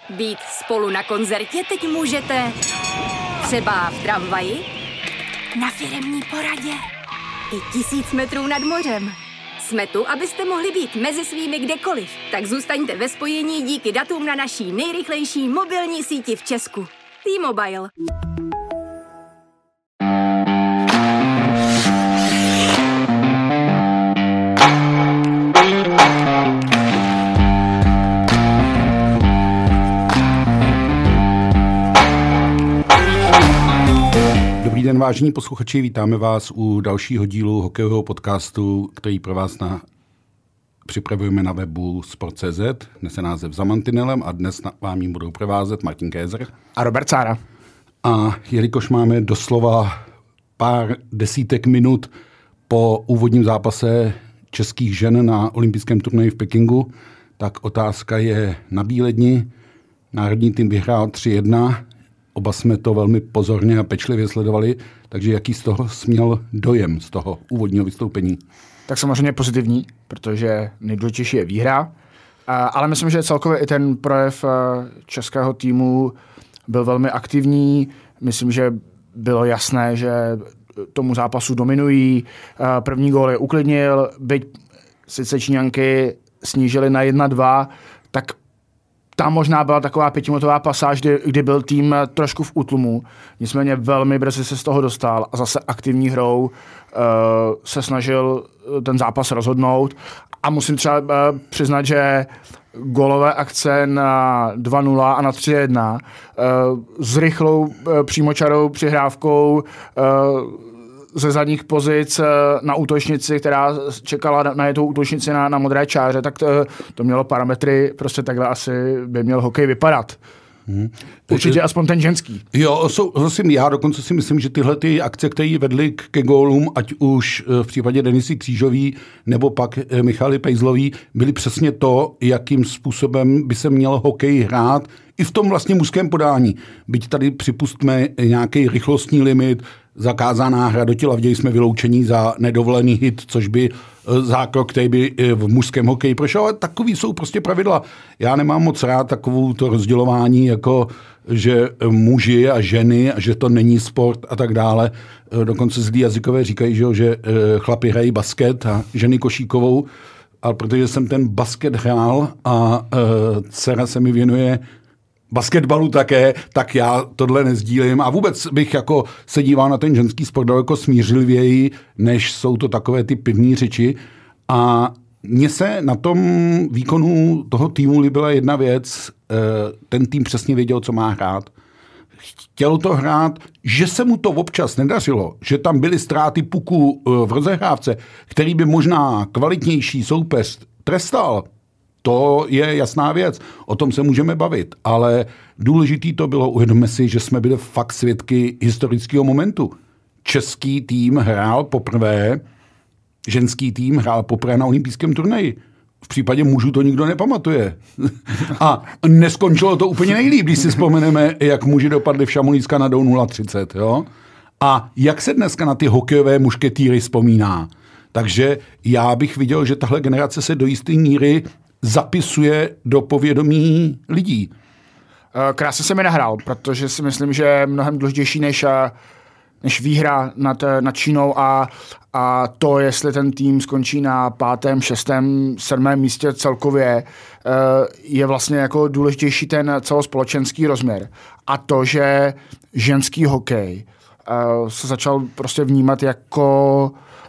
Být spolu na koncertě teď můžete třeba v tramvaji, na firemní poradě i 1000 metrů nad mořem. Jsme tu, abyste mohli být mezi svými kdekoliv. Tak zůstaňte ve spojení díky datům na naší nejrychlejší mobilní síti v Česku. T-Mobile. Dobrý den, vážení posluchači, vítáme vás u dalšího dílu hokejového podcastu, který pro vás připravujeme na webu Sport.cz. Nese název Za mantinelem a dnes vám jim budou provázet Martin Kézer a Robert Sára. A jelikož máme doslova pár desítek minut po úvodním zápase českých žen na olympijském turnaji v Pekingu, tak otázka je na bíledni. Národní tým vyhrál 3-1. Oba jsme to velmi pozorně a pečlivě sledovali, takže jaký z toho směl dojem z toho úvodního vystoupení? Tak samozřejmě pozitivní, protože nejdůležitější je výhra, ale myslím, že celkově i ten projev českého týmu byl velmi aktivní. Myslím, že bylo jasné, že tomu zápasu dominují. První gól je uklidnil, byť sice Číňanky snížili na 1-2, tak tam možná byla taková 5minutová pasáž, kdy byl tým trošku v útlumu. Nicméně velmi brzy se z toho dostal a zase aktivní hrou se snažil ten zápas rozhodnout. A musím třeba přiznat, že gólové akce na 2-0 a na 3-1 s rychlou přímočarou přihrávkou ze zadních pozic na útočnici, která čekala na tou útočnici na modré čáře, tak to mělo parametry, prostě takhle asi by měl hokej vypadat. Určitě aspoň ten ženský. Jo, já dokonce si myslím, že tyhle ty akce, které vedly ke gólům, ať už v případě Denisy Křížový nebo pak Michaly Pejzlový, byly přesně to, jakým způsobem by se měl hokej hrát i v tom vlastně mužském podání. Byť tady připustme nějaký rychlostní limit, zakázaná hra do těla, vději jsme vyloučení za nedovolený hit, což by zákrok, který by v mužském hokeji prošel, ale takový jsou prostě pravidla. Já nemám moc rád takovou to rozdělování, jako že muži a ženy a že to není sport a tak dále. Dokonce zlí jazykové říkají, že chlapi hrají basket a ženy košíkovou, ale protože jsem ten basket hrál a dcera se mi věnuje basketbalu také, tak já tohle nezdílím a vůbec bych jako se díval na ten ženský sport daleko smířlivěji, než jsou to takové ty pivní řeči. A mně se na tom výkonu toho týmu líbila jedna věc, ten tým přesně věděl, co má hrát. Chtěl to hrát, že se mu to občas nedařilo, že tam byly ztráty puku v rozehrávce, který by možná kvalitnější soupeř trestal. To je jasná věc, o tom se můžeme bavit, ale důležitý to bylo, uvědomme si, že jsme byli fakt svědky historického momentu. Český tým hrál poprvé, ženský tým hrál poprvé na olympijském turnaji. V případě mužů to nikdo nepamatuje. A neskončilo to úplně nejlíp, když si vzpomeneme, jak muži dopadli v Šamonízka na 0-30. Jo? A jak se dneska na ty hokejové mušketýry vzpomíná. Takže já bych viděl, že tahle generace se do jisté míry zapisuje do povědomí lidí. Krásně se mi nahrál, protože si myslím, že je mnohem důležitější než výhra nad Čínou a to, jestli ten tým skončí na 5., 6., 7. místě celkově, je vlastně jako důležitější ten celospolečenský rozměr. A to, že ženský hokej se začal prostě vnímat jako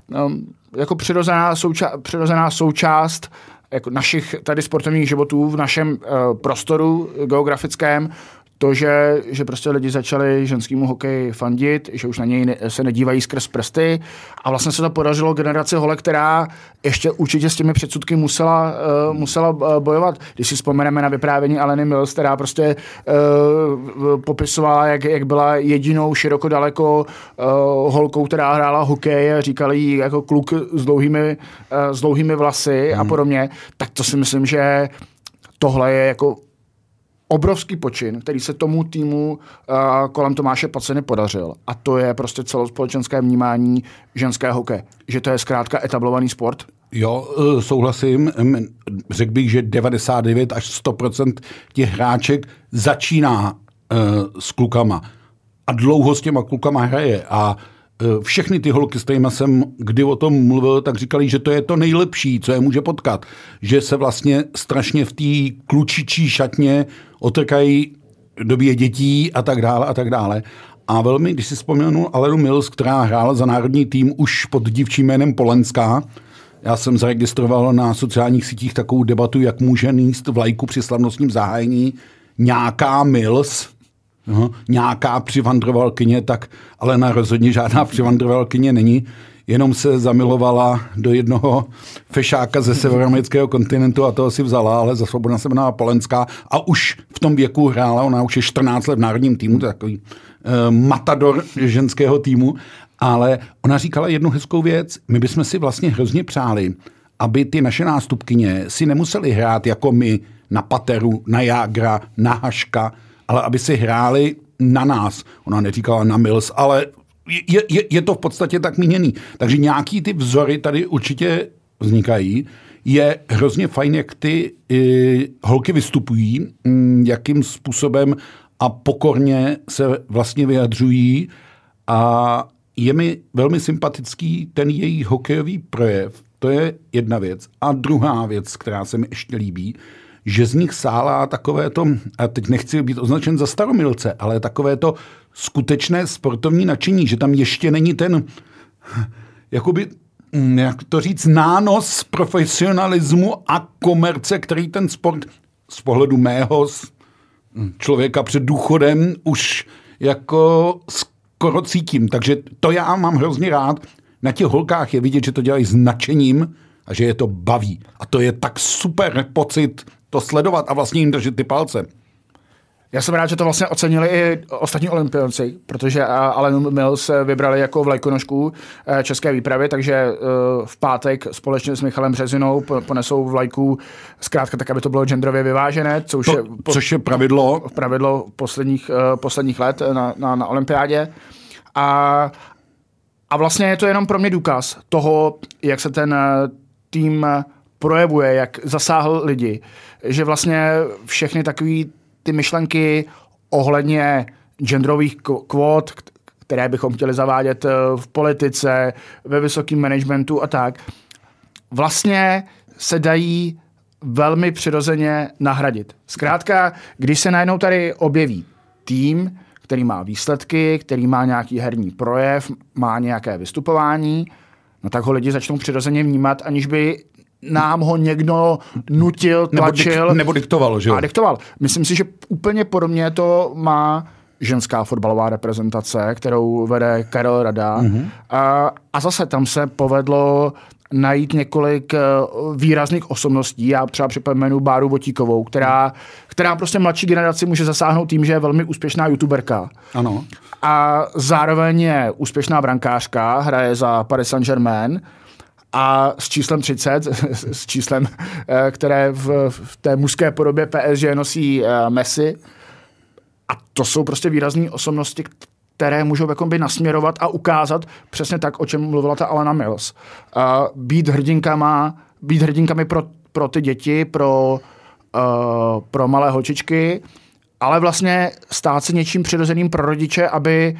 přirozená součást jako našich tady sportovních životů v našem prostoru geografickém, to, že prostě lidi začali ženskému hokeji fandit, že už na něj se nedívají skrz prsty a vlastně se to podařilo generaci holek, která ještě určitě s těmi předsudky musela bojovat. Když si vzpomeneme na vyprávění Aleny Mills, která prostě popisovala, jak byla jedinou široko daleko holkou, která hrála hokej a říkali jí jako kluk s dlouhými vlasy a podobně, tak to si myslím, že tohle je jako obrovský počin, který se tomu týmu kolem Tomáše Paciny podařil. A to je prostě celospolečenské vnímání ženské hokeje. Že to je zkrátka etablovaný sport. Jo, souhlasím. Řekl bych, že 99 až 100% těch hráček začíná s klukama a dlouho s těma klukama hraje a všechny ty holky, s kterými jsem kdy o tom mluvil, tak říkali, že to je to nejlepší, co je může potkat. Že se vlastně strašně v té klučičí šatně otrkají době dětí a tak dále a tak dále. A velmi, když si vzpomínal Alenu Mills, která hrála za národní tým už pod dívčím jménem Polenská, já jsem zaregistroval na sociálních sítích takovou debatu, jak může nést vlajku při slavnostním zahájení nějaká Mills, nějaká přivandrovalkyně, tak Alena rozhodně žádná přivandrovalkyně není, jenom se zamilovala do jednoho fešáka ze severoamerického kontinentu a toho si vzala, ale za svobodna se jmenovala Polenská a už v tom věku hrála, ona už je 14 let v národním týmu, to je takový matador ženského týmu, ale ona říkala jednu hezkou věc, my bychom si vlastně hrozně přáli, aby ty naše nástupkyně si nemuseli hrát jako my na Pateru, na Jágra, na Haška, ale aby si hráli na nás. Ona neříkala na Mills, ale je to v podstatě tak míněný. Takže nějaký ty vzory tady určitě vznikají. Je hrozně fajn, jak ty holky vystupují, jakým způsobem a pokorně se vlastně vyjadřují a je mi velmi sympatický ten její hokejový projev. To je jedna věc. A druhá věc, která se mi ještě líbí, že z nich sálá takové to, a teď nechci být označen za staromilce, ale takové to skutečné sportovní nadšení, že tam ještě není ten, jakoby, jak to říct, nános profesionalismu a komerce, který ten sport z pohledu mého člověka před důchodem už jako skoro cítím. Takže to já mám hrozně rád. Na těch holkách je vidět, že to dělají s nadšením a že je to baví. A to je tak super pocit to sledovat a vlastně jim držet ty palce. Já jsem rád, že to vlastně ocenili i ostatní olympionci, protože Alenu Mills vybrali jako vlajkonošku české výpravy, takže v pátek společně s Michalem Březinou ponesou vlajku zkrátka tak, aby to bylo genderově vyvážené, což je pravidlo posledních let na olympiádě. A vlastně je to jenom pro mě důkaz toho, jak se ten tým projevuje, jak zasáhl lidi, že vlastně všechny takový ty myšlenky ohledně genderových kvót, které bychom chtěli zavádět v politice, ve vysokém managementu a tak, vlastně se dají velmi přirozeně nahradit. Zkrátka, když se najednou tady objeví tým, který má výsledky, který má nějaký herní projev, má nějaké vystupování, no tak ho lidi začnou přirozeně vnímat, aniž by nám ho někdo nutil, tlačil. Nebo diktoval, že jo? A diktoval. Myslím si, že úplně podobně to má ženská fotbalová reprezentace, kterou vede Karel Rada. Mm-hmm. A zase tam se povedlo najít několik výrazných osobností. Já třeba připomenu Báru Votíkovou, která prostě mladší generaci může zasáhnout tím, že je velmi úspěšná youtuberka. Ano. A zároveň je úspěšná brankářka, hraje za Paris Saint-Germain a s číslem 30, s číslem, které v té mužské podobě PSG nosí Messi. A to jsou prostě výrazné osobnosti, které můžou jakoby nasměrovat a ukázat přesně tak, o čem mluvila ta Alena Mills. Být hrdinkami pro ty děti, pro malé holčičky, ale vlastně stát se něčím přirozeným pro rodiče, aby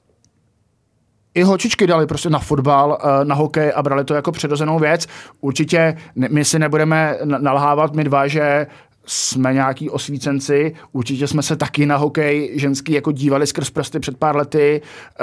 i holčičky dali prostě na fotbal, na hokej a brali to jako přirozenou věc. Určitě my si nebudeme nalhávat, my dva, že jsme nějaký osvícenci, určitě jsme se taky na hokej ženský jako dívali skrz prsty před pár lety,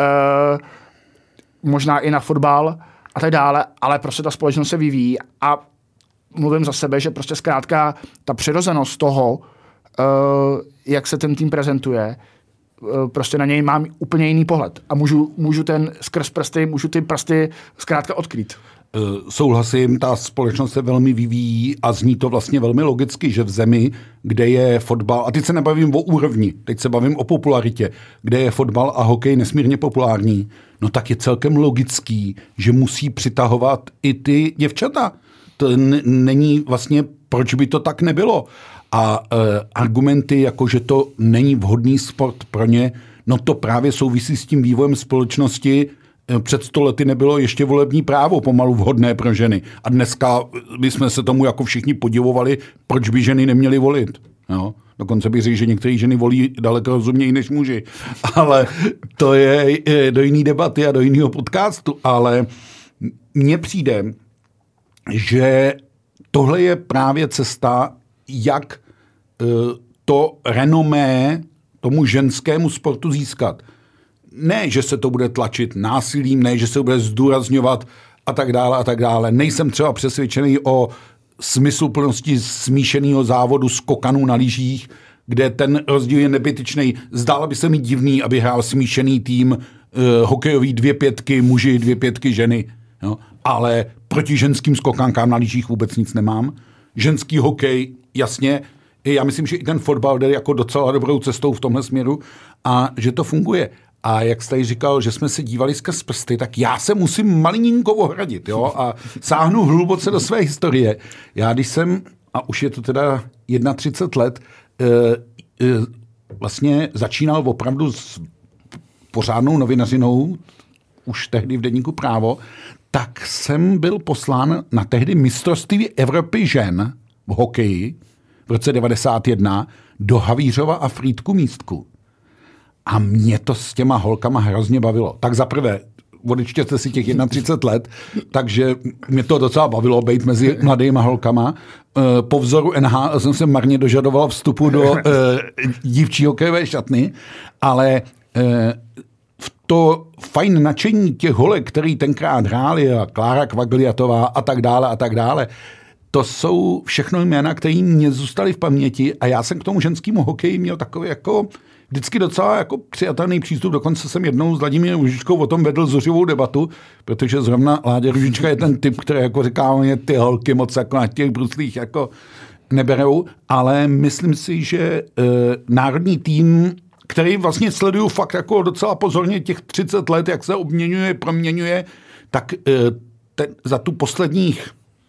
možná i na fotbal a tak dále, ale prostě ta společnost se vyvíjí a mluvím za sebe, že prostě zkrátka ta přirozenost toho, jak se ten tým prezentuje, prostě na něj mám úplně jiný pohled a můžu ten skrz prsty, můžu ty prsty zkrátka odkrýt. Souhlasím, ta společnost se velmi vyvíjí a zní to vlastně velmi logicky, že v zemi, kde je fotbal, a teď se nebavím o úrovni, teď se bavím o popularitě, kde je fotbal a hokej nesmírně populární, no tak je celkem logický, že musí přitahovat i ty děvčata. To není vlastně, proč by to tak nebylo. A argumenty, jako že to není vhodný sport pro ně, no to právě souvisí s tím vývojem společnosti. Před 100 lety nebylo ještě volební právo pomalu vhodné pro ženy. A dneska bychom se tomu jako všichni podivovali, proč by ženy neměly volit. Jo? Dokonce bych řekl, že některé ženy volí daleko rozuměji než muži. Ale to je do jiný debaty a do jiného podcastu. Ale mně přijde, že tohle je právě cesta, jak to renomé tomu ženskému sportu získat. Ne, že se to bude tlačit násilím, ne, že se bude zdůrazňovat a tak dále a tak dále. Nejsem třeba přesvědčený o smysluplnosti smíšeného závodu skokanů na lyžích, kde ten rozdíl je nebytečný. Zdálo by se mi divný, aby hrál smíšený tým hokejový 2 pětky muži, 2 pětky ženy. Jo? Ale proti ženským skokankám na lyžích vůbec nic nemám. Ženský hokej, jasně, já myslím, že i ten fotbal jde jako docela dobrou cestou v tomhle směru a že to funguje. A jak jste tady říkal, že jsme se dívali skrz prsty, tak já se musím malinko ohradit, jo, a sáhnu hluboce do své historie. Já když jsem, a už je to teda 31 let, vlastně začínal opravdu s pořádnou novinařinou, už tehdy v deníku Právo, tak jsem byl poslán na tehdy mistrovství Evropy žen v hokeji v roce 91 do Havířova a Frýdku Místku. A mě to s těma holkama hrozně bavilo. Tak za prvé, odečtěte si těch 31 let, takže mě to docela bavilo být mezi mladýma holkama. Po vzoru NHL jsem se marně dožadoval vstupu do dívčí hokejové šatny, ale v to fajn nadšení těch holek, který tenkrát hráli, a Klára Kvagliatová a tak dále, to jsou všechno jména, které mě zůstaly v paměti a já jsem k tomu ženskému hokeji měl takový jako vždycky docela jako přijatelný přístup. Dokonce jsem jednou s Vladimírem Růžičkou o tom vedl zuřivou debatu, protože zrovna Láďa Růžička je ten typ, který jako říká, mě ty holky moc jako na těch bruslích jako neberou, ale myslím si, že národní tým, který vlastně sleduju fakt jako docela pozorně těch 30 let, jak se obměňuje, proměňuje, tak za tu posledních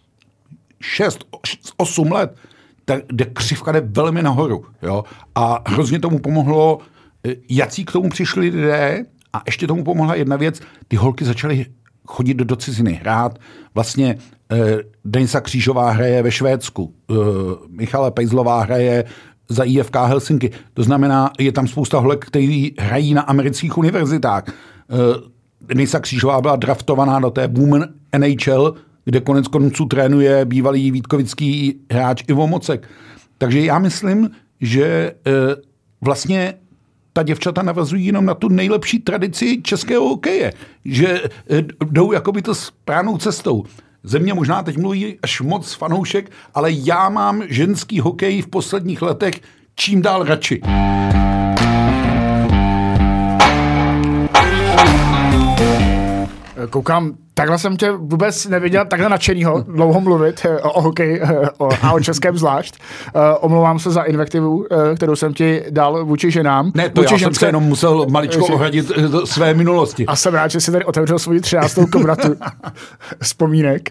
6-8 let tak křivka jde velmi nahoru. Jo? A hrozně tomu pomohlo, jací k tomu přišli lidé, a ještě tomu pomohla jedna věc, ty holky začaly chodit do ciziny, hrát. Vlastně Denisa Křížová hraje ve Švédsku, Michala Pejzlová hraje za IFK Helsinki. To znamená, je tam spousta holek, kteří hrají na amerických univerzitách. Denisa Křížová byla draftovaná do té Women NHL, kde konec konců trénuje bývalý vítkovický hráč Ivo Mocek. Takže já myslím, že vlastně ta děvčata navazují jenom na tu nejlepší tradici českého hokeje. Že jdou jakoby to správnou cestou. Ze mě možná teď mluví až moc fanoušek, ale já mám ženský hokej v posledních letech čím dál radši. Koukám, takhle jsem tě vůbec neviděl takhle nadšenýho dlouho mluvit o hokeji a o českém zvlášť. Omlouvám se za invektivu, kterou jsem ti dal vůči ženám. Ne, to já jsem se jenom musel maličko ohradit své minulosti. A jsem rád, že jsi tady otevřel svoji 13. komnatu vzpomínek.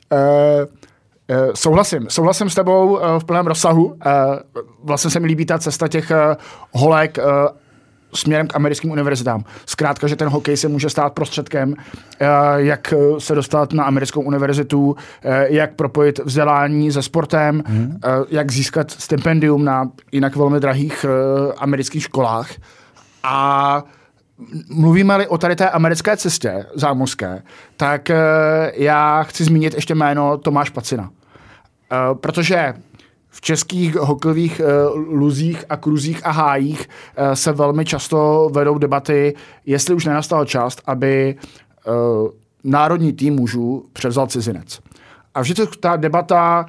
Souhlasím s tebou v plném rozsahu. Vlastně se mi líbí ta cesta těch holek směrem k americkým univerzitám. Zkrátka, že ten hokej se může stát prostředkem, jak se dostat na americkou univerzitu, jak propojit vzdělání se sportem, jak získat stipendium na jinak velmi drahých amerických školách. A mluvíme-li o tady té americké cestě zámořské, tak já chci zmínit ještě jméno Tomáš Pacina. Protože v českých hokejových luzích a kruzích a hájích se velmi často vedou debaty, jestli už nenastal čas, aby národní tým mužů převzal cizinec. A vždycky ta debata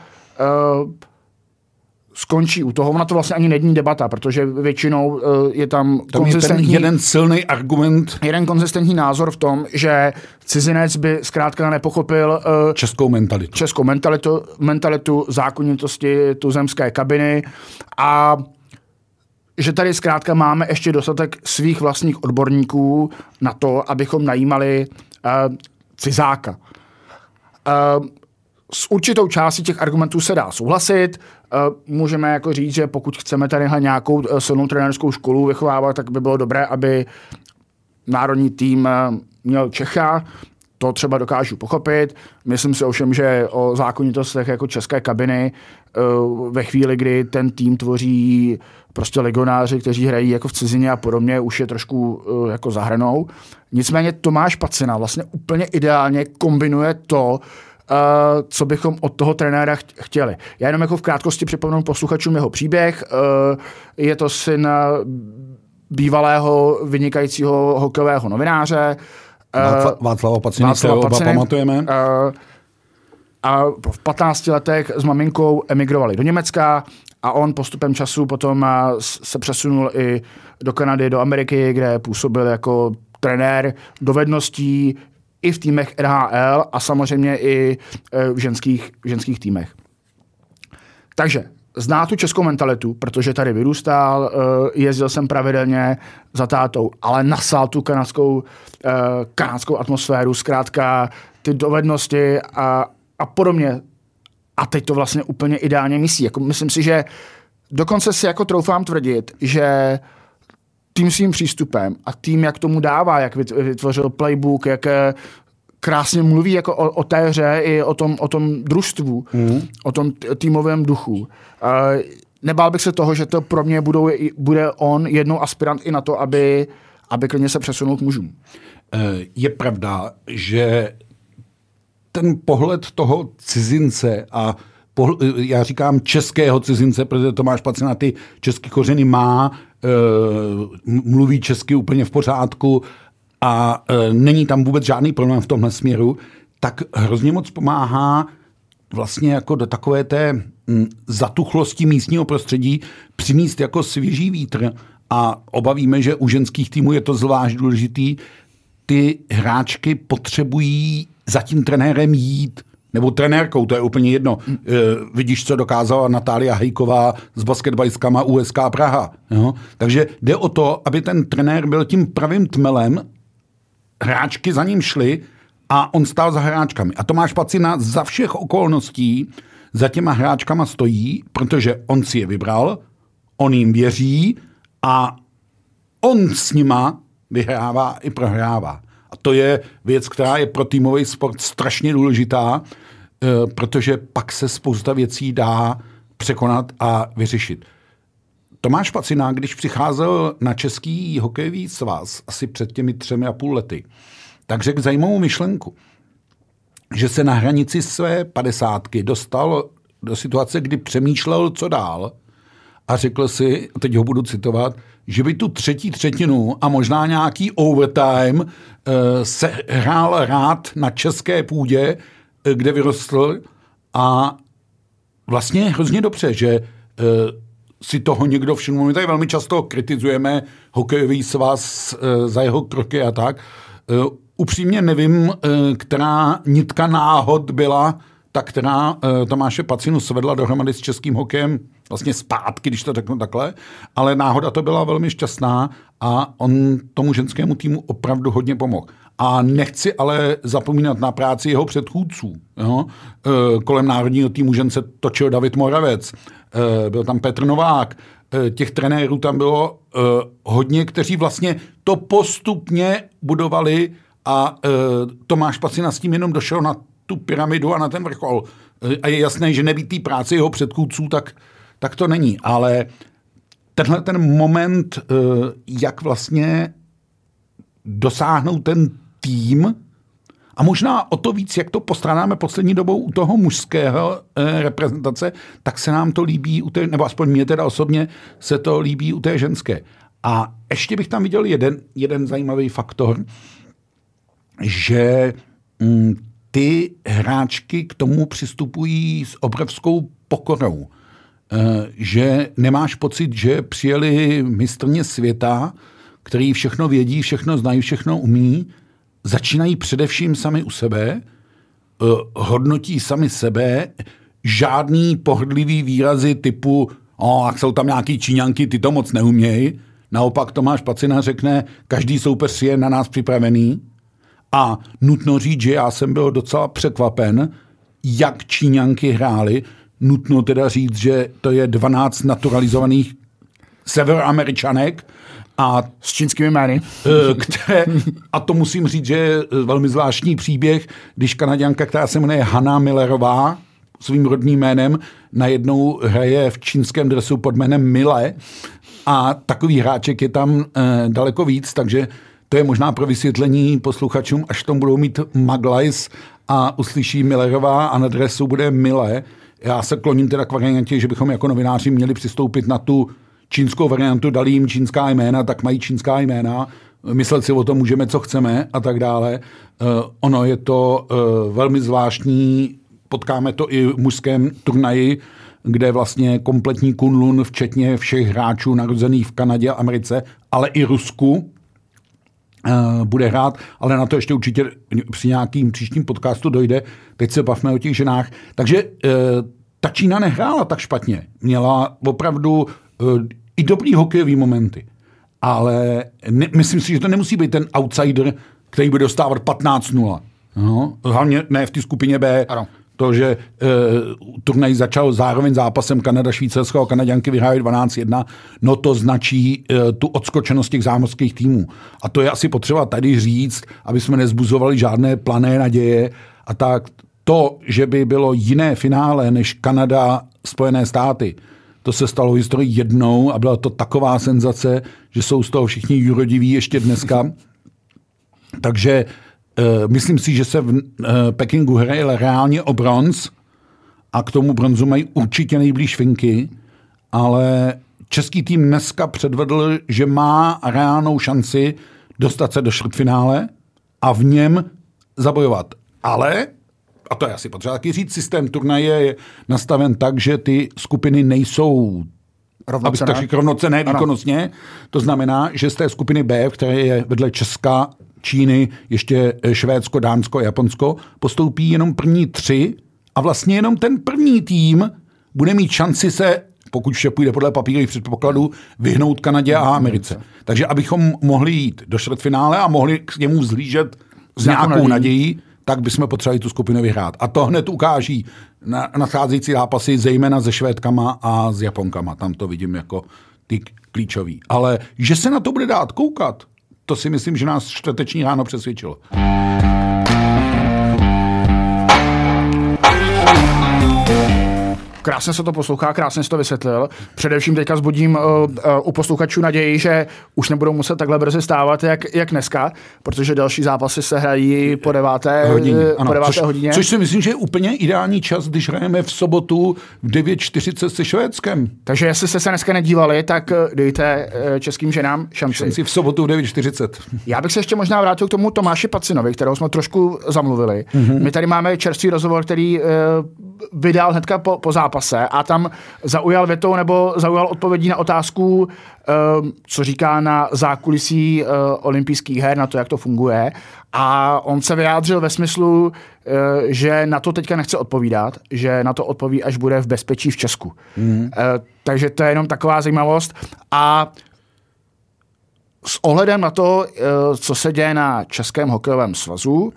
skončí u toho. Ona to vlastně ani není debata, protože většinou je tam konzistentní... jeden silný argument. Jeden konzistentní názor v tom, že cizinec by zkrátka nepochopil českou mentalitu, zákonitosti tuzemské kabiny a že tady zkrátka máme ještě dostatek svých vlastních odborníků na to, abychom najímali cizáka. S určitou částí těch argumentů se dá souhlasit. Můžeme jako říct, že pokud chceme tady nějakou silnou trenérskou školu vychovávat, tak by bylo dobré, aby národní tým měl Čecha. To třeba dokážu pochopit. Myslím si ovšem, že o zákonitostech jako české kabiny ve chvíli, kdy ten tým tvoří prostě legionáři, kteří hrají jako v cizině a podobně, už je trošku jako za hranou. Nicméně Tomáš Pacina vlastně úplně ideálně kombinuje to, co bychom od toho trenéra chtěli. Já jenom jako v krátkosti připomenu posluchačům jeho příběh. Je to syn bývalého vynikajícího hokejového novináře. Václava Paciny, se oba pamatujeme. A v 15 letech s maminkou emigrovali do Německa a on postupem času potom se přesunul i do Kanady, do Ameriky, kde působil jako trenér dovedností i v týmech NHL a samozřejmě i v ženských týmech. Takže zná tu českou mentalitu, protože tady vyrůstal, jezdil jsem pravidelně za tátou, ale nasál tu kanadskou atmosféru, zkrátka ty dovednosti a podobně. A teď to vlastně úplně ideálně myslí. Jako myslím si, že dokonce si jako troufám tvrdit, že tím svým přístupem a tím, jak tomu dává, jak vytvořil playbook, jak krásně mluví jako o té hře i o tom družstvu, o tom týmovém duchu. Nebál bych se toho, že to pro mě bude on jednou aspirant i na to, aby klidně se přesunul k mužům. Je pravda, že ten pohled toho cizince a já říkám českého cizince, protože Tomáš Pacina ty české kořeny má, mluví česky úplně v pořádku a není tam vůbec žádný problém v tomhle směru, tak hrozně moc pomáhá vlastně jako do takové té zatuchlosti místního prostředí přinést jako svěží vítr a obavíme, že u ženských týmů je to zvlášť důležitý. Ty hráčky potřebují za tím trenérem jít, nebo trenérkou, to je úplně jedno. Vidíš, co dokázala Natália Hejková s basketbalistkama USK Praha. Jo? Takže jde o to, aby ten trenér byl tím pravým tmelem, hráčky za ním šly a on stál za hráčkami. A Tomáš Pacina za všech okolností za těma hráčkama stojí, protože on si je vybral, on jim věří a on s nima vyhrává i prohrává. A to je věc, která je pro týmový sport strašně důležitá, protože pak se spousta věcí dá překonat a vyřešit. Tomáš Pacina, když přicházel na Český hokejový svaz asi před těmi 3,5 lety, tak řekl zajímavou myšlenku, že se na hranici své 50 dostal do situace, kdy přemýšlel, co dál a řekl si, teď ho budu citovat, že by tu třetí třetinu a možná nějaký overtime se hrál rád na české půdě, kde vyrostl a vlastně hrozně dobře, že si toho někdo všiml. My tady velmi často kritizujeme hokejový svaz za jeho kroky a tak. Upřímně nevím, která nitka náhod byla ta, která Tomáše Pacinu svedla dohromady s českým hokejem vlastně zpátky, když to řeknu takhle, ale náhoda to byla velmi šťastná a on tomu ženskému týmu opravdu hodně pomohl. A nechci ale zapomínat na práci jeho předchůdců. Jo? Kolem národního týmu žen se točil David Moravec, byl tam Petr Novák, těch trenérů tam bylo hodně, kteří vlastně to postupně budovali a Tomáš Pacina s tím jenom došel na tu pyramidu a na ten vrchol. A je jasné, že nebýt té práce jeho předchůdců, tak to není. Ale tenhle ten moment, jak vlastně dosáhnout ten tým a možná o to víc, jak to postrádáme poslední dobou u toho mužského reprezentace, tak se nám to líbí, nebo aspoň mě teda osobně se to líbí u té ženské. A ještě bych tam viděl jeden zajímavý faktor, že ty hráčky k tomu přistupují s obrovskou pokorou. Že nemáš pocit, že přijeli mistrně světa, který všechno vědí, všechno znají, všechno umí, začínají především sami u sebe, hodnotí sami sebe, žádný pohrdlivý výrazy typu jak jsou tam nějaký Číňanky, ty to moc neumějí. Naopak Tomáš Pacina řekne, každý soupeř je na nás připravený. A nutno říct, že já jsem byl docela překvapen, jak Číňanky hrály. Nutno teda říct, že to je 12 naturalizovaných severoameričanek A s čínskými jmény. A to musím říct, že je velmi zvláštní příběh, když Kanaďanka, která se jmenuje Hannah Millerová, svým rodným jménem, najednou hraje v čínském dresu pod jménem Mille a takový hráček je tam daleko víc, takže to je možná pro vysvětlení posluchačům, až tam budou mít Maglajs a uslyší Millerová a na dresu bude Mille. Já se kloním teda k variantě, že bychom jako novináři měli přistoupit na tu čínskou variantu, dali jim čínská jména, tak mají čínská jména, myslet si o tom můžeme, co chceme a tak dále. Ono je to velmi zvláštní, potkáme to i v mužském turnaji, kde vlastně kompletní Kunlun, včetně všech hráčů narozených v Kanadě a Americe, ale i Rusku, bude hrát, ale na to ještě určitě při nějakým příštím podcastu dojde. Teď se bavme o těch ženách. Takže ta Čína nehrála tak špatně. Měla opravdu i dobrý hokejový momenty. Ale myslím si, že to nemusí být ten outsider, který bude dostávat 15-0. No, hlavně ne v té skupině B. Ano. To, že turnaj začal zároveň zápasem Kanada-Švýcarsko a Kanaďanky vyhrávají 12-1, no to značí tu odskočenost těch zámořských týmů. A to je asi potřeba tady říct, aby jsme nezbuzovali žádné plané naděje. A tak to, že by bylo jiné finále než Kanada, Spojené státy, to se stalo v historii jednou a byla to taková senzace, že jsou z toho všichni jurodiví ještě dneska. Takže myslím si, že se v Pekingu hraje reálně o bronz a k tomu bronzu mají určitě nejblíž Finky, ale český tým dneska předvedl, že má reálnou šanci dostat se do čtvrtfinále a v něm zabojovat. Ale, a to je asi potřeba taky říct, systém turnaje je nastaven tak, že ty skupiny nejsou rovnocenné výkonnostně. To znamená, že z té skupiny B, v které je vedle Česka, Číny, ještě Švédsko, Dánsko a Japonsko, postoupí jenom první 3 a vlastně jenom ten první tým bude mít šanci se, pokud vše půjde podle papírových předpokladů, vyhnout Kanadě a Americe. Takže abychom mohli jít do čtvrtfinále a mohli k němu vzhlížet s nějakou nadějí, tak bychom potřebovali tu skupinu vyhrát. A to hned ukáží na nadcházející zápasy, zejména se Švédkama a s Japonkama. Tam to vidím jako ty klíčový. Ale že se na to bude dát koukat, to si myslím, že nás čtvrteční ráno přesvědčilo. Krásně se to poslouchá, krásně se to vysvětlil. Především teďka zbudím u posluchačů naději, že už nebudou muset takhle brzy stávat, jak dneska, protože další zápasy se hrají po 9. hodině. Což si myslím, že je úplně ideální čas, když hrajeme v sobotu v 9:40 se Švédskem. Takže jestli jste se dneska nedívali, tak dejte českým ženám šanci. V sobotu v 9:40. Já bych se ještě možná vrátil k tomu Tomáši Pacinovi, kterého jsme trošku zamluvili. Mm-hmm. My tady máme čerstvý rozhovor, který vydal hnedka po zápase a tam zaujal větou nebo zaujal odpovědí na otázku, co říká na zákulisí olympijských her, na to, jak to funguje. A on se vyjádřil ve smyslu, že na to teďka nechce odpovídat, že na to odpoví, až bude v bezpečí v Česku. Mm. Takže to je jenom taková zajímavost. A s ohledem na to, co se děje na Českém hokejovém svazu,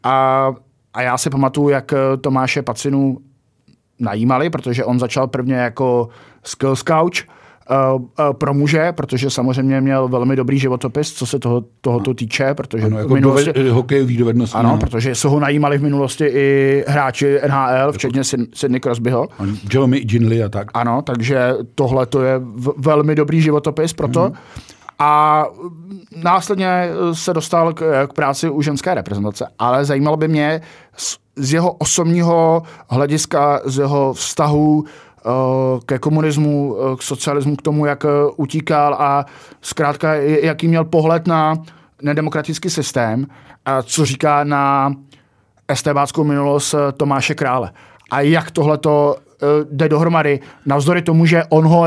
a já si pamatuju, jak Tomáše Pacinu najímali, protože on začal prvně jako skills coach pro muže, protože samozřejmě měl velmi dobrý životopis, co se tohoto týče, protože ano, jako minulosti, hokejový dovednosti. Ano, protože se ho najímali v minulosti i hráči NHL, včetně Sidney Crosbyho. Jeremy Ginley a tak. Ano, takže tohle to je velmi dobrý životopis proto. A následně se dostal k práci u ženské reprezentace. Ale zajímalo by mě z jeho osobního hlediska, z jeho vztahu ke komunismu, k socialismu, k tomu, jak utíkal a zkrátka, jaký měl pohled na nedemokratický systém, a co říká na estébáckou minulost Tomáše Krále. A jak tohleto jde dohromady, navzdory tomu, že on ho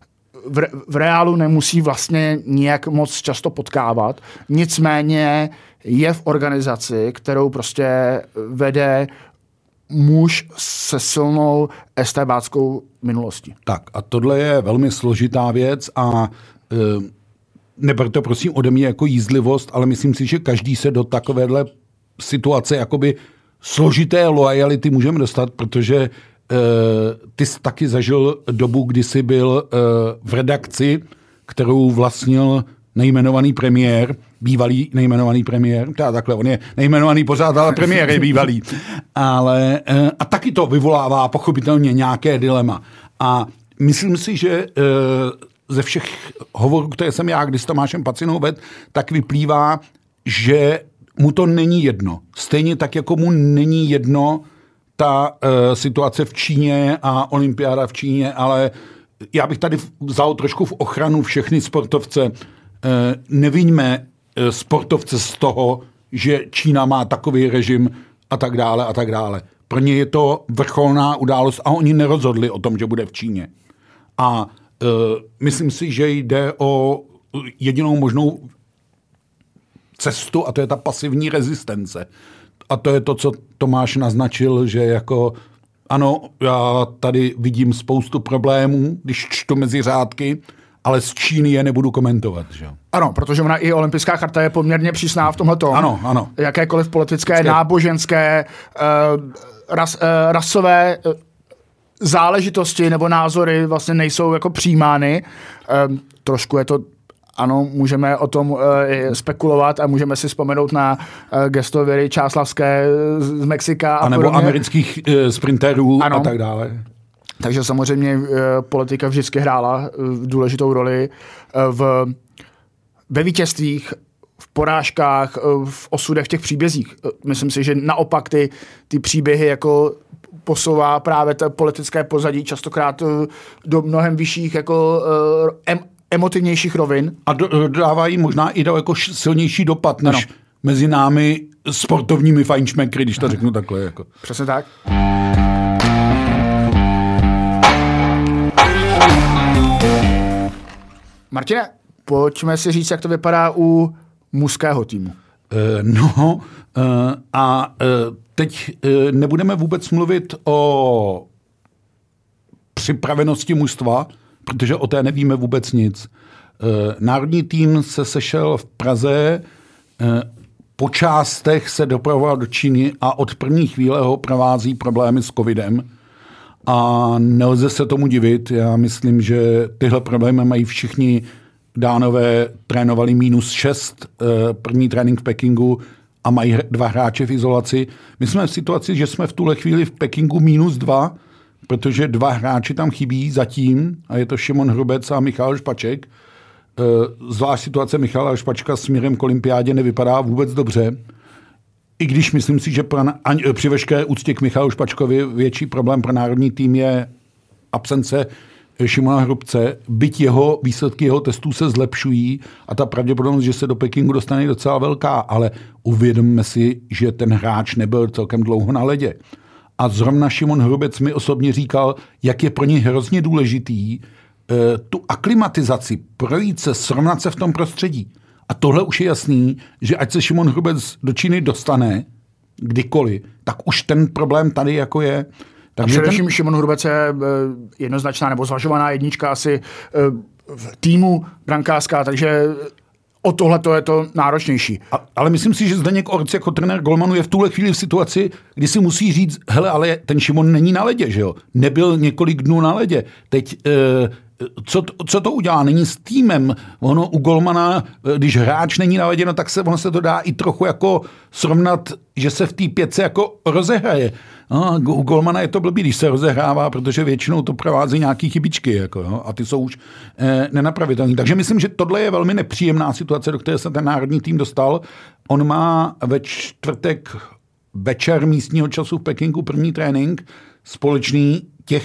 v reálu nemusí vlastně nijak moc často potkávat, nicméně je v organizaci, kterou prostě vede muž se silnou estébáckou minulostí. Tak a tohle je velmi složitá věc a neber to prosím ode mě jako jízlivost, ale myslím si, že každý se do takovéhle situace jakoby složité loajality můžeme dostat, protože ty jsi taky zažil dobu, kdy jsi byl v redakci, kterou vlastnil nejmenovaný premiér, bývalý nejmenovaný premiér, takhle, on je nejmenovaný pořád, ale premiér je bývalý. Ale, a taky to vyvolává pochopitelně nějaké dilema. A myslím si, že ze všech hovorů, které jsem já když s Tomášem Pacinou vedl, tak vyplývá, že mu to není jedno. Stejně tak, jako mu není jedno ta situace v Číně a olympiáda v Číně, ale já bych tady vzal trošku v ochranu všechny sportovce. Neviňme sportovce z toho, že Čína má takový režim a tak dále a tak dále. Pro ně je to vrcholná událost a oni nerozhodli o tom, že bude v Číně. A myslím si, že jde o jedinou možnou cestu a to je ta pasivní rezistence. A to je to, co Tomáš naznačil, že jako ano, já tady vidím spoustu problémů, když čtu mezi řádky, ale z Číny je nebudu komentovat. Že? Ano, protože ona i olympijská charta je poměrně přísná v tomhletom. Ano. Jakékoliv politické, náboženské, rasové záležitosti nebo názory vlastně nejsou jako přijímány. Trošku je to, ano, můžeme o tom spekulovat a můžeme si vzpomenout na gesto Věry Čáslavské z Mexika. A nebo amerických sprinterů a tak dále. Takže samozřejmě politika vždycky hrála důležitou roli ve vítězstvích, v porážkách, v osudech, v těch příbězích. Myslím si, že naopak ty příběhy jako posouvá právě to politické pozadí častokrát do mnohem vyšších jako emotivnějších rovin. A dodávají možná i daleko silnější dopad než mezi námi sportovními fajnšmekry, když to řeknu takhle. Jako. Přesně tak. Martine, pojďme si říct, jak to vypadá u mužského týmu. Teď nebudeme vůbec mluvit o připravenosti mužstva, protože o té nevíme vůbec nic. Národní tým se sešel v Praze, po částech se dopravoval do Číny a od první chvíle ho provází problémy s covidem. A nelze se tomu divit. Já myslím, že tyhle problémy mají všichni Dánové, trénovali -6, první trénink v Pekingu a mají 2 hráče v izolaci. My jsme v situaci, že jsme v tuhle chvíli v Pekingu -2, protože 2 hráči tam chybí zatím a je to Šimon Hrubec a Michal Špaček. Zvlášť situace Michala Špačka směrem k olympiádě nevypadá vůbec dobře. I když myslím si, že při veškeré úctě k Michalu Špačkovi větší problém pro národní tým je absence Šimona Hrubce, byť výsledky jeho testů se zlepšují a ta pravděpodobnost, že se do Pekingu dostane, je docela velká, ale uvědomme si, že ten hráč nebyl celkem dlouho na ledě. A zrovna Šimon Hrubec mi osobně říkal, jak je pro ně hrozně důležitý tu aklimatizaci, projít se, srovnat se v tom prostředí. A tohle už je jasný, že ať se Šimon Hrubec do Číny dostane kdykoliv, tak už ten problém tady jako je. Takže především Šimon Hrubec je jednoznačná nebo zvažovaná jednička asi v týmu brankářská, takže o tohle to je to náročnější. Ale myslím si, že Zdeněk Orc jako trenér golmanů je v tuhle chvíli v situaci, kdy si musí říct, hele, ale ten Šimon není na ledě, že jo? Nebyl několik dnů na ledě. Teď co to udělá? Není s týmem. Ono u golmana, když hráč není na ledě, no tak ono se to dá i trochu jako srovnat, že se v té 5 jako rozehraje. No, u golmana je to blbý, když se rozehrává, protože většinou to provází nějaký chybičky jako, no, a ty jsou už nenapravitelné. Takže myslím, že tohle je velmi nepříjemná situace, do které se ten národní tým dostal. On má ve čtvrtek večer místního času v Pekingu první trénink společný těch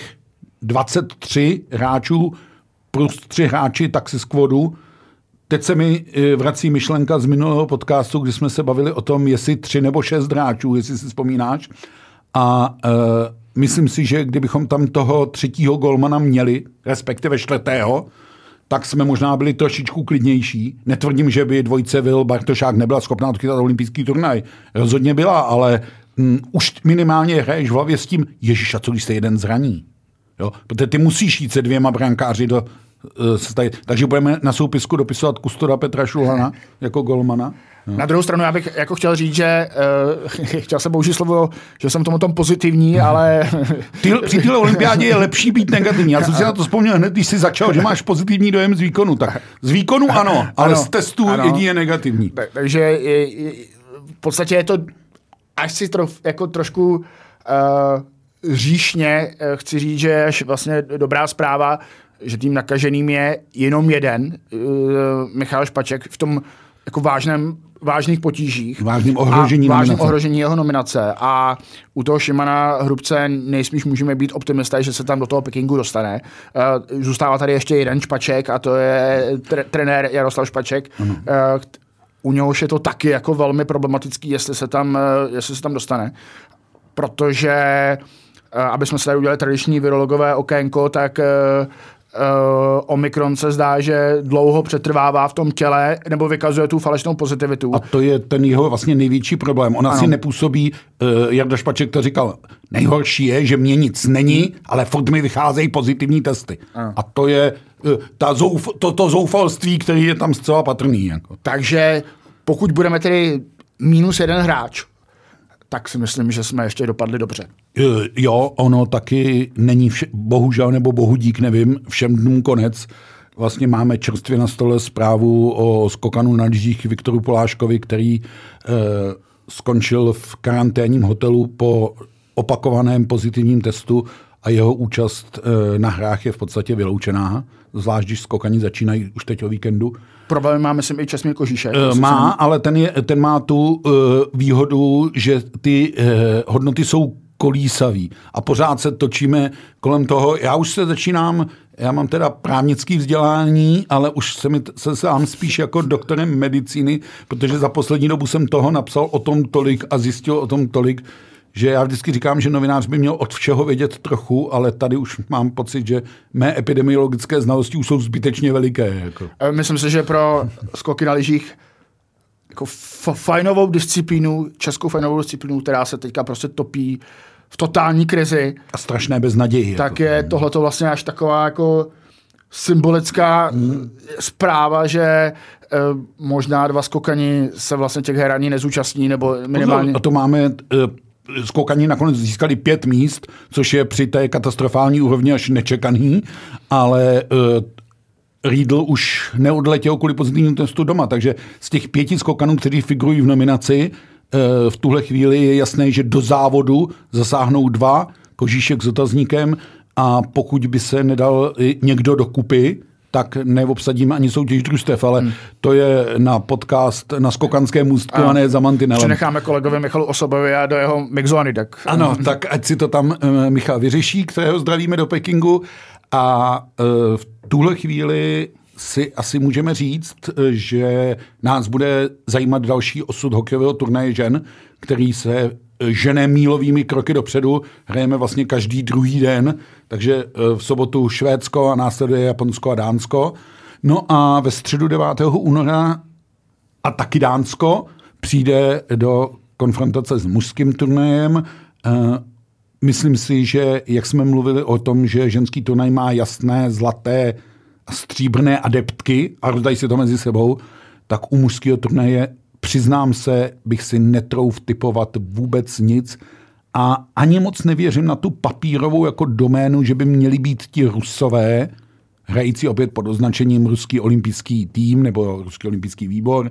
23 hráčů plus 3 hráči taxi squadu. Teď se mi vrací myšlenka z minulého podcastu, kdy jsme se bavili o tom, jestli 3 nebo 6 hráčů, jestli si vzpomínáš. A myslím si, že kdybychom tam toho 3. golmana měli, respektive 4., tak jsme možná byli trošičku klidnější. Netvrdím, že by dvojice Vil Bartošák nebyla schopná odchytat olympijský turnaj. Rozhodně byla, ale už minimálně hraješ v hlavě s tím, ježiš, a co když se jeden zraní? Jo? Protože ty musíš jít se 2 brankáři Takže budeme na soupisku dopisovat Kustoda Petra Šulhana jako golmana. No. Na druhou stranu já bych jako chtěl říct, že chtěl jsem použít slovo, že jsem tomu tom pozitivní, ale... Při téhle olympiádě je lepší být negativní. Já jsem si na to vzpomněl hned, když jsi začal, že máš pozitivní dojem z výkonu. Tak z výkonu ano, ale z testu jedině negativní. Takže v podstatě je to, až si jako trošku říšně chci říct, že je vlastně dobrá zpráva, že tým nakaženým je jenom jeden, Michal Špaček, v tom jako vážných potížích. Vážným ohrožení jeho nominace. A u toho Šimana Hrubce nejspíš můžeme být optimisté, že se tam do toho Pekingu dostane. Zůstává tady ještě jeden Špaček a to je trenér Jaroslav Špaček. U něhož je to taky jako velmi problematický, jestli se tam dostane. Protože, aby jsme se tady udělali tradiční virologové okénko, tak Omikron se zdá, že dlouho přetrvává v tom těle nebo vykazuje tu falešnou pozitivitu. A to je ten jeho vlastně největší problém. On asi nepůsobí, Jarda Špaček to říkal, nejhorší je, že mě nic není, ale furt mi vycházejí pozitivní testy. Ano. A to je to zoufalství, který je tam zcela patrný. Jako. Takže pokud budeme tedy -1 hráč, tak si myslím, že jsme ještě dopadli dobře. Jo, ono taky není bohužel nebo bohudík, nevím, všem dnům konec. Vlastně máme čerstvě na stole zprávu o skokanu na lyžích Viktoru Poláškovi, který skončil v karanténním hotelu po opakovaném pozitivním testu a jeho účast na hrách je v podstatě vyloučená, zvlášť když skokani začínají už teď o víkendu. Problém má, myslím, i Česmír Kožíšek. Má, ale ten má tu výhodu, že ty hodnoty jsou kolísavý a pořád se točíme kolem toho. Já mám teda právnické vzdělání, ale už se sám spíš jako doktorem medicíny, protože za poslední dobu jsem toho napsal o tom tolik a zjistil o tom tolik, že já vždycky říkám, že novinář by měl od všeho vědět trochu, ale tady už mám pocit, že mé epidemiologické znalosti už jsou zbytečně veliké. Jako. Myslím si, že pro skoky na lyžích jako fajnovou disciplínu, českou fajnovou disciplínu, která se teďka prostě topí v totální krizi. A strašné beznaději. Tak jako. Je tohleto vlastně až taková jako symbolická zpráva, že možná 2 skokani se vlastně těch her ani nezúčastní, nebo minimálně... A to máme... Skokani nakonec získali 5 míst, což je při té katastrofální úrovni až nečekaný, ale Riedl už neodletěl kvůli pozitivnímu testu doma, takže z těch 5 skokanů, kteří figurují v nominaci, v tuhle chvíli je jasné, že do závodu zasáhnou 2, Kožíšek s otazníkem, a pokud by se nedal někdo dokupy, tak neobsadíme ani soutěž družstev, ale to je na podcast na Skokanské můstku a ne za mantinelem. Přenecháme kolegovi Michalu Osobovi a do jeho mixzóny. Ano, tak ať si to tam Michal vyřeší, kterého zdravíme do Pekingu. A v tuhle chvíli si asi můžeme říct, že nás bude zajímat další osud hokejového turnaje žen, který se žene mílovými kroky dopředu. Hrajeme vlastně každý druhý den, takže v sobotu Švédsko a následuje Japonsko a Dánsko. No a ve středu 9. února a taky Dánsko přijde do konfrontace s mužským turnajem. Myslím si, že jak jsme mluvili o tom, že ženský turnaj má jasné, zlaté a stříbrné adeptky a rozdají si to mezi sebou, tak u mužského turnaje přiznám se, bych si netrouf tipovat vůbec nic a ani moc nevěřím na tu papírovou jako doménu, že by měli být ti Rusové, hrající opět pod označením ruský olympijský tým nebo ruský olympijský výbor,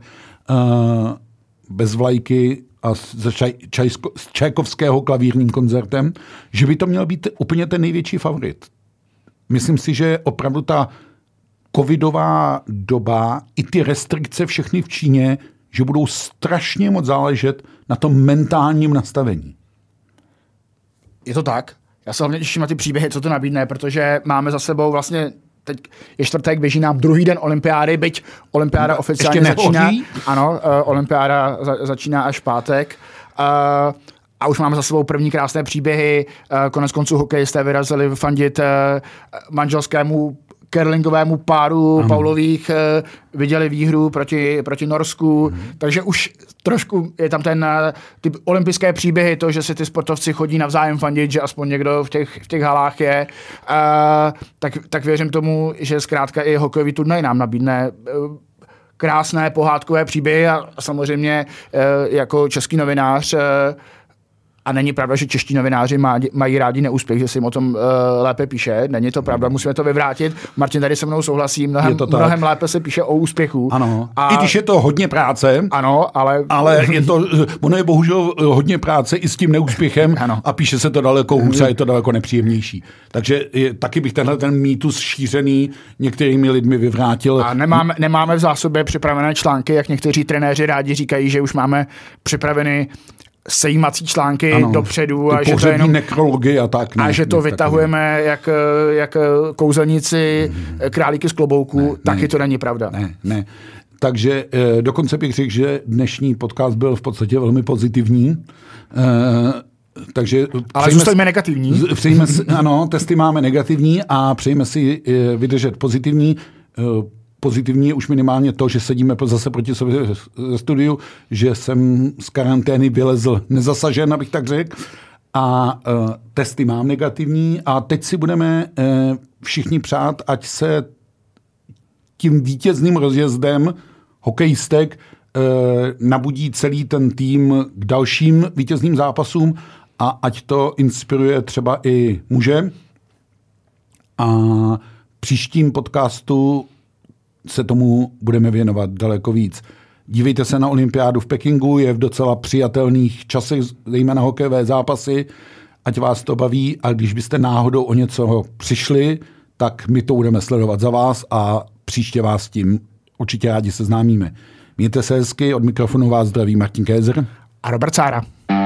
bez vlajky a z Čajkovského klavírním koncertem, že by to měl být úplně ten největší favorit. Myslím si, že opravdu ta covidová doba i ty restrikce všechny v Číně, že budou strašně moc záležet na tom mentálním nastavení. Je to tak. Já se hlavně těším na ty příběhy, co to nabídne, protože máme za sebou vlastně, teď je čtvrtek, běží nám druhý den olympiády, byť olympiáda oficiálně začíná. Ano, olympiáda začíná až v pátek. A už máme za sebou první krásné příběhy. Konec konců hokejisté vyrazili fandit manželskému curlingovému páru Paulových viděli výhru proti Norsku, takže už trošku je tam ty olympijské příběhy, to, že si ty sportovci chodí navzájem fandit, že aspoň někdo v těch halách je, tak věřím tomu, že zkrátka i hokejový turnaj nám nabídne krásné pohádkové příběhy a samozřejmě jako český novinář a není pravda, že čeští novináři mají rádi neúspěch, že se jim o tom lépe píše. Není to pravda, musíme to vyvrátit. Martin tady se mnou souhlasí, mnohem lépe se píše o úspěchu. Ano, i když je to hodně práce. Ano, ale ono je bohužel hodně práce i s tím neúspěchem a píše se to daleko hůř a je to daleko nepříjemnější. Takže taky bych ten mýtus šířený některými lidmi vyvrátil. A nemáme v zásobě připravené články, jak někteří trenéři rádi říkají, že už máme připraveny sejímací články dopředu a že to jenom nekrology a tak. A že to vytahujeme jak kouzelníci králíky z klobouku, taky to není pravda. Ne. Takže dokonce bych řekl, že dnešní podcast byl v podstatě velmi pozitivní. Takže ale zůstaňme negativní. Ano, testy máme negativní a přejeme si vydržet pozitivní. Pozitivní je už minimálně to, že sedíme zase proti sobě ze studiu, že jsem z karantény vylezl nezasažen, abych tak řekl. A testy mám negativní a teď si budeme všichni přát, ať se tím vítězným rozjezdem hokejistek nabudí celý ten tým k dalším vítězným zápasům a ať to inspiruje třeba i muže. A příštím podcastu se tomu budeme věnovat daleko víc. Dívejte se na olympiádu v Pekingu, je v docela přijatelných časech, zejména hokejové zápasy, ať vás to baví a když byste náhodou o něco přišli, tak my to budeme sledovat za vás a příště vás tím určitě rádi seznámíme. Mějte se hezky, od mikrofonu vás zdraví Martin Kézer a Robert Sára.